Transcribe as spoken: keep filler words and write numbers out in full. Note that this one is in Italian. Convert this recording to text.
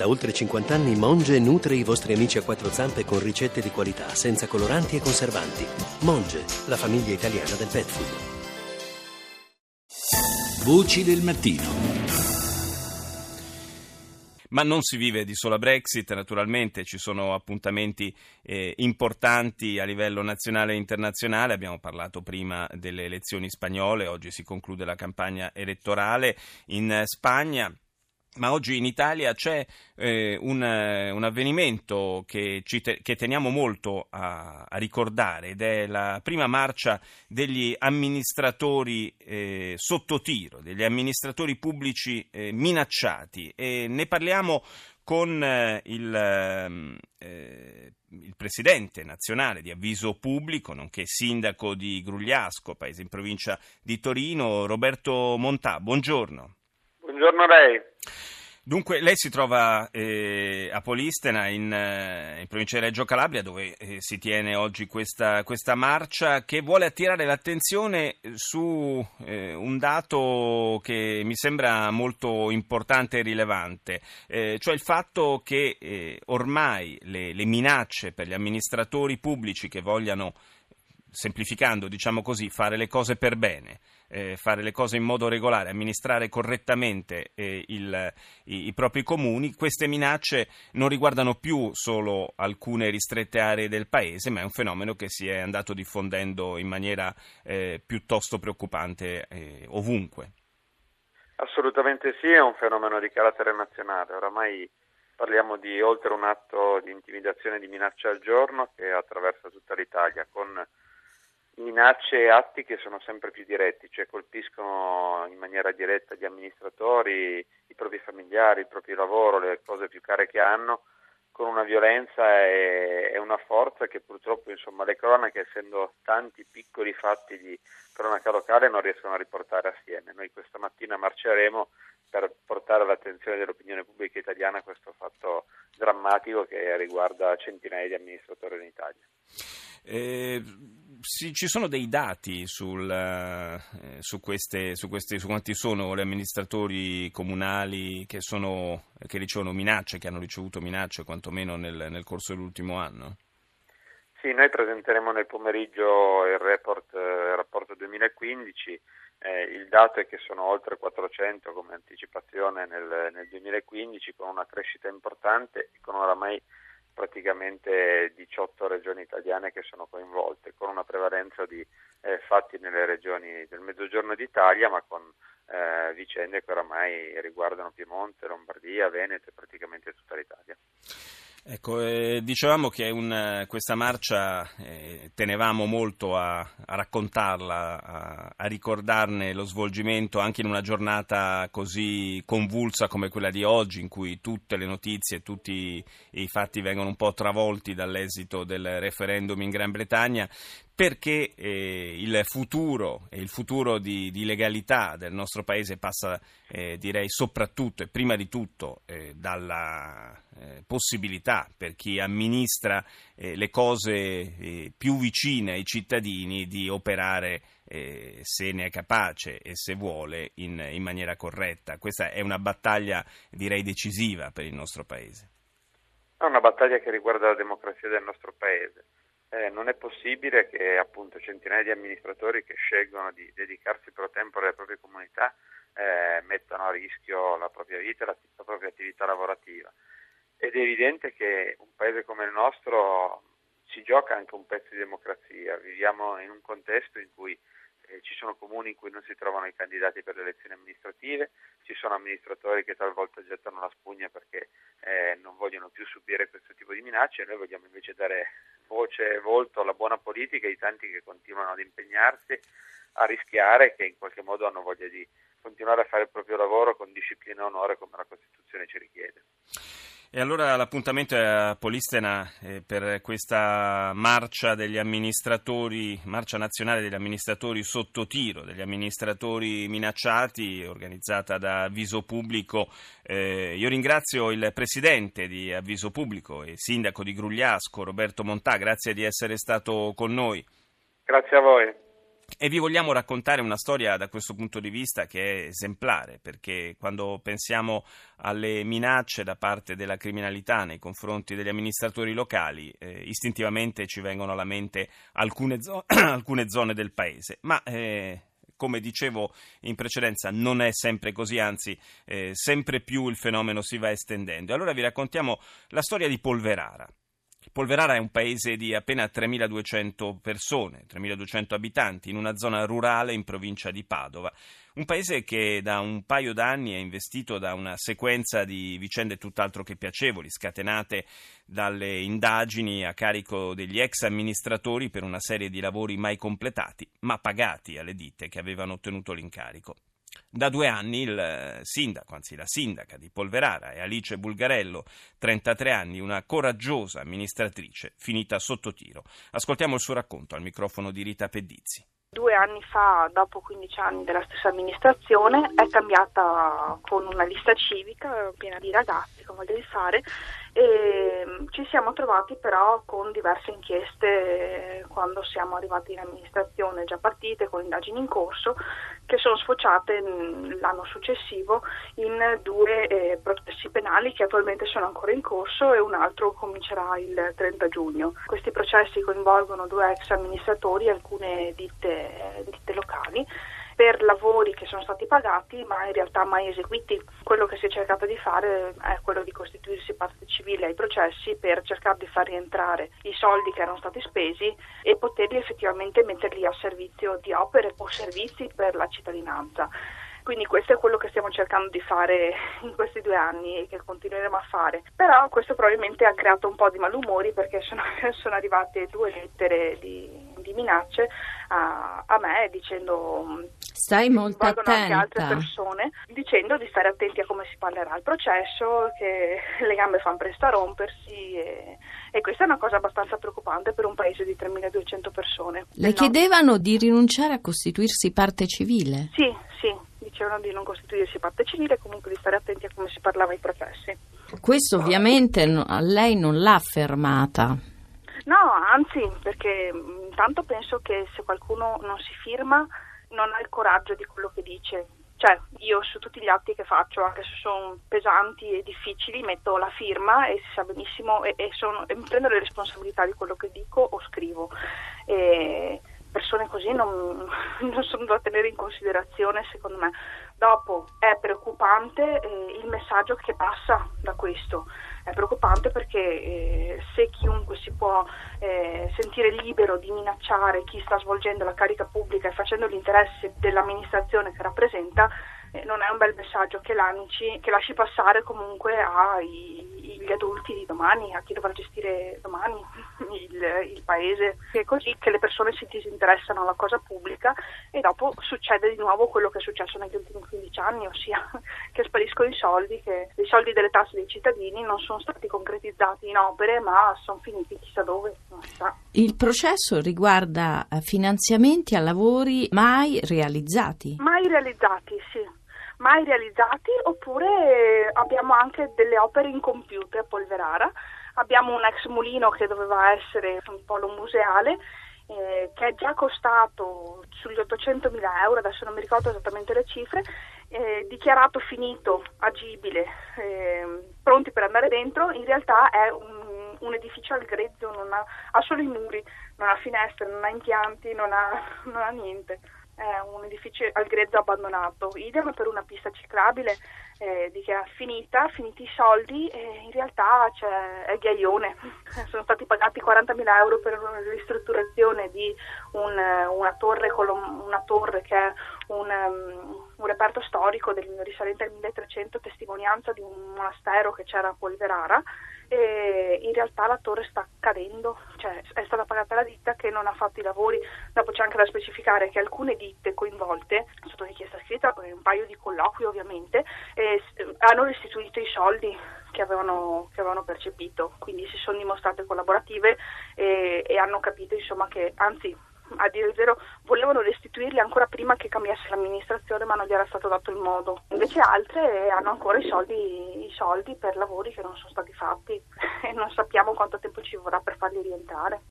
Da oltre cinquanta anni Monge nutre i vostri amici a quattro zampe con ricette di qualità, senza coloranti e conservanti. Monge, la famiglia italiana del pet food. Voci del mattino. Ma non si vive di sola Brexit, naturalmente ci sono appuntamenti eh, importanti a livello nazionale e internazionale. Abbiamo parlato prima delle elezioni spagnole, oggi si conclude la campagna elettorale in Spagna. Ma oggi in Italia c'è eh, un, un avvenimento che, ci te, che teniamo molto a, a ricordare, ed è la prima marcia degli amministratori eh, sotto tiro, degli amministratori pubblici eh, minacciati, e ne parliamo con eh, il, eh, il presidente nazionale di Avviso Pubblico, nonché sindaco di Grugliasco, paese in provincia di Torino, Roberto Montà. Buongiorno. Buongiorno a lei. Dunque, lei si trova eh, a Polistena, in, eh, in provincia di Reggio Calabria, dove eh, si tiene oggi questa, questa marcia che vuole attirare l'attenzione su eh, un dato che mi sembra molto importante e rilevante, eh, cioè il fatto che eh, ormai le, le minacce per gli amministratori pubblici che vogliano, semplificando, diciamo così, fare le cose per bene, eh, fare le cose in modo regolare, amministrare correttamente eh, il, i, i propri comuni, queste minacce non riguardano più solo alcune ristrette aree del paese, ma è un fenomeno che si è andato diffondendo in maniera eh, piuttosto preoccupante eh, ovunque. Assolutamente sì, è un fenomeno di carattere nazionale. Oramai parliamo di oltre un atto di intimidazione e di minaccia al giorno che attraversa tutta l'Italia, con minacce e atti che sono sempre più diretti, cioè colpiscono in maniera diretta gli amministratori, i propri familiari, il proprio lavoro, le cose più care che hanno, con una violenza e, e una forza che purtroppo, insomma, le cronache, essendo tanti piccoli fatti di cronaca locale, non riescono a riportare assieme. Noi questa mattina marceremo per portare all'attenzione dell'opinione pubblica italiana questo fatto drammatico che riguarda centinaia di amministratori in Italia. Eh, sì, ci sono dei dati sul, eh, su, queste, su, queste, su quanti sono gli amministratori comunali che, sono, che ricevono minacce, che hanno ricevuto minacce quantomeno nel, nel corso dell'ultimo anno? Sì, noi presenteremo nel pomeriggio il report, il rapporto duemilaquindici. Eh, il dato è che sono oltre quattrocento come anticipazione nel, nel duemilaquindici, con una crescita importante e con oramai praticamente diciotto regioni italiane che sono coinvolte, con una prevalenza di eh, fatti nelle regioni del Mezzogiorno d'Italia, ma con eh, vicende che oramai riguardano Piemonte, Lombardia, Veneto e praticamente tutta l'Italia. Ecco, eh, dicevamo che un, questa marcia eh, tenevamo molto a, a raccontarla, a, a ricordarne lo svolgimento anche in una giornata così convulsa come quella di oggi, in cui tutte le notizie, tutti i fatti vengono un po' travolti dall'esito del referendum in Gran Bretagna, perché eh, il futuro e il futuro di, di legalità del nostro paese passa, eh, direi, soprattutto e prima di tutto eh, dalla eh, possibilità per chi amministra eh, le cose eh, più vicine ai cittadini di operare, eh, se ne è capace e se vuole, in, in maniera corretta. Questa è una battaglia, direi, decisiva per il nostro paese. È una battaglia che riguarda la democrazia del nostro paese. Eh, non è possibile che appunto centinaia di amministratori che scelgono di dedicarsi pro tempore alle proprie comunità eh, mettano a rischio la propria vita e la, la propria attività lavorativa. Ed è evidente che un paese come il nostro si gioca anche un pezzo di democrazia. Viviamo in un contesto in cui eh, ci sono comuni in cui non si trovano i candidati per le elezioni amministrative, ci sono amministratori che talvolta gettano la spugna perché eh, non vogliono più subire questo tipo di minacce, e noi vogliamo invece dare voce e volto alla buona politica di tanti che continuano ad impegnarsi, a rischiare, che in qualche modo hanno voglia di continuare a fare il proprio lavoro con disciplina e onore come la Costituzione ci richiede. E allora l'appuntamento è a Polistena eh, per questa marcia degli amministratori, marcia nazionale degli amministratori sotto tiro, degli amministratori minacciati, organizzata da Avviso Pubblico. Eh, io ringrazio il presidente di Avviso Pubblico e sindaco di Grugliasco, Roberto Montà, grazie di essere stato con noi. Grazie a voi. E vi vogliamo raccontare una storia da questo punto di vista che è esemplare, perché quando pensiamo alle minacce da parte della criminalità nei confronti degli amministratori locali, eh, istintivamente ci vengono alla mente alcune, zo- alcune zone del paese, ma eh, come dicevo in precedenza non è sempre così, anzi eh, sempre più il fenomeno si va estendendo. Allora vi raccontiamo la storia di Polverara. Polverara è un paese di appena tremiladuecento persone, tremiladuecento abitanti, in una zona rurale in provincia di Padova. Un paese che da un paio d'anni è investito da una sequenza di vicende tutt'altro che piacevoli, scatenate dalle indagini a carico degli ex amministratori per una serie di lavori mai completati, ma pagati alle ditte che avevano ottenuto l'incarico. Da due anni il sindaco, anzi la sindaca di Polverara, è Alice Bulgarello, trentatré anni, una coraggiosa amministratrice finita sotto tiro. Ascoltiamo il suo racconto al microfono di Rita Pedizzi. Due anni fa, dopo quindici anni della stessa amministrazione, è cambiata con una lista civica piena di ragazzi con voglia di fare, e ci siamo trovati però con diverse inchieste quando siamo arrivati in amministrazione, già partite con indagini in corso, che sono sfociate l'anno successivo in due eh, processi penali che attualmente sono ancora in corso, e un altro comincerà il trenta giugno. Questi processi coinvolgono due ex amministratori e alcune ditte, ditte locali per lavori che sono stati pagati ma in realtà mai eseguiti. Quello che si è cercato di fare è quello di costituirsi parte civile ai processi per cercare di far rientrare i soldi che erano stati spesi e poterli effettivamente metterli a servizio di opere o servizi per la cittadinanza. Quindi questo è quello che stiamo cercando di fare in questi due anni e che continueremo a fare. Però questo probabilmente ha creato un po' di malumori, perché sono, sono arrivate due lettere di, di minacce a, a me dicendo... Stai molto attenta. Anche altre persone dicendo di stare attenti a come si parlerà al processo, che le gambe fanno presto a rompersi, e, e questa è una cosa abbastanza preoccupante per un paese di tremiladuecento persone. Le no. chiedevano di rinunciare a costituirsi parte civile? Sì, sì, dicevano di non costituirsi parte civile e comunque di stare attenti a come si parlava ai processi. Questo ovviamente no, a lei non l'ha fermata. No, anzi, perché intanto penso che se qualcuno non si firma non ha il coraggio di quello che dice. Cioè, io su tutti gli atti che faccio, anche se sono pesanti e difficili, metto la firma e si sa benissimo e, e, sono, e prendo le responsabilità di quello che dico o scrivo. E persone così non, non sono da tenere in considerazione, secondo me. Dopo è preoccupante eh, il messaggio che passa da questo. È preoccupante perché eh, se chiunque si può eh, sentire libero di minacciare chi sta svolgendo la carica pubblica e facendo l'interesse dell'amministrazione che rappresenta, eh, non è un bel messaggio che lanci, che lasci passare comunque agli adulti di domani, a chi dovrà gestire domani il, il paese. È così che le persone si disinteressano alla cosa pubblica e dopo succede di nuovo quello che è successo negli ultimi quindici anni, ossia che spariscono i soldi, che i soldi delle tasse dei cittadini non sono stati concretizzati in opere ma sono finiti chissà dove, non si sa. Il processo riguarda finanziamenti a lavori mai realizzati? Mai realizzati, sì. Mai realizzati, oppure abbiamo anche delle opere incompiute a Polverara. Abbiamo un ex mulino che doveva essere un polo museale, eh, che è già costato sugli ottocentomila euro, adesso non mi ricordo esattamente le cifre, eh, dichiarato finito, agibile, eh, pronti per andare dentro. In realtà è un, un edificio al grezzo, non ha, ha solo i muri, non ha finestre, non ha impianti, non ha, non ha niente. È un edificio al grezzo abbandonato. Idem per una pista ciclabile eh, di che è finita, finiti i soldi, e in realtà c'è, è ghiaione. Sono stati pagati quarantamila euro per una ristrutturazione di un, una torre una torre che è un, um, un reperto storico del, risalente al milletrecento, testimonianza di un monastero che c'era a Polverara. E in realtà la torre sta cadendo, cioè è stata pagata la ditta che non ha fatto i lavori. Dopo c'è anche da specificare che alcune ditte coinvolte, sotto richiesta scritta, un paio di colloqui ovviamente, eh, hanno restituito i soldi che avevano, che avevano percepito, quindi si sono dimostrate collaborative e, e hanno capito insomma che, anzi, a dire il vero, volevano restituirli ancora prima che cambiasse l'amministrazione, ma non gli era stato dato il modo. Invece altre hanno ancora i soldi, i soldi per lavori che non sono stati fatti e non sappiamo quanto tempo ci vorrà per farli rientrare.